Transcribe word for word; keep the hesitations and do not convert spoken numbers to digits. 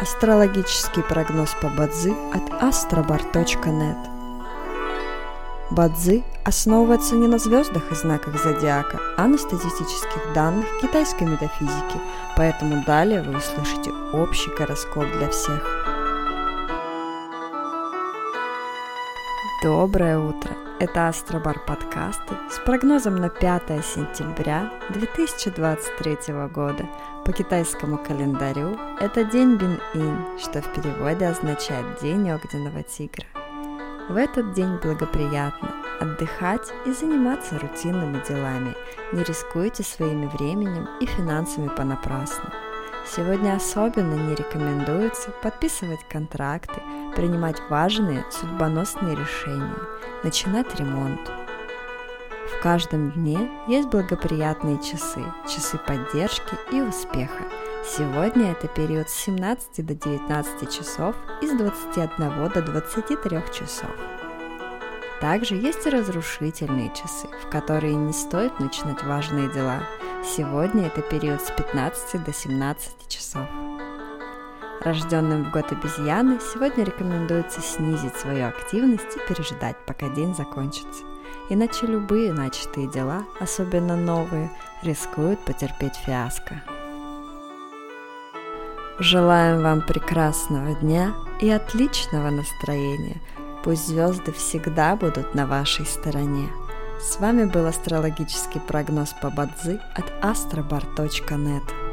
Астрологический прогноз по Бадзи от астробар точка нет. Бадзи основывается не на звездах и знаках зодиака, а на статистических данных китайской метафизики, поэтому далее вы услышите общий гороскоп для всех. Доброе утро! Это Астробар подкасты с прогнозом на пятое сентября две тысячи двадцать третьего года. По китайскому календарю это день Бин-Ин, что в переводе означает День Огненного Тигра. В этот день благоприятно отдыхать и заниматься рутинными делами. Не рискуйте своим временем и финансами понапрасну. Сегодня особенно не рекомендуется подписывать контракты, принимать важные судьбоносные решения, начинать ремонт. В каждом дне есть благоприятные часы, часы поддержки и успеха. Сегодня это период с семнадцати до девятнадцати часов и с двадцати одного до двадцати трёх часов. Также есть и разрушительные часы, в которые не стоит начинать важные дела. Сегодня это период с пятнадцати до семнадцати часов. Рожденным в год обезьяны сегодня рекомендуется снизить свою активность и переждать, пока день закончится. Иначе любые начатые дела, особенно новые, рискуют потерпеть фиаско. Желаем вам прекрасного дня и отличного настроения. Пусть звезды всегда будут на вашей стороне. С вами был астрологический прогноз по Бадзи от астробар точка нет.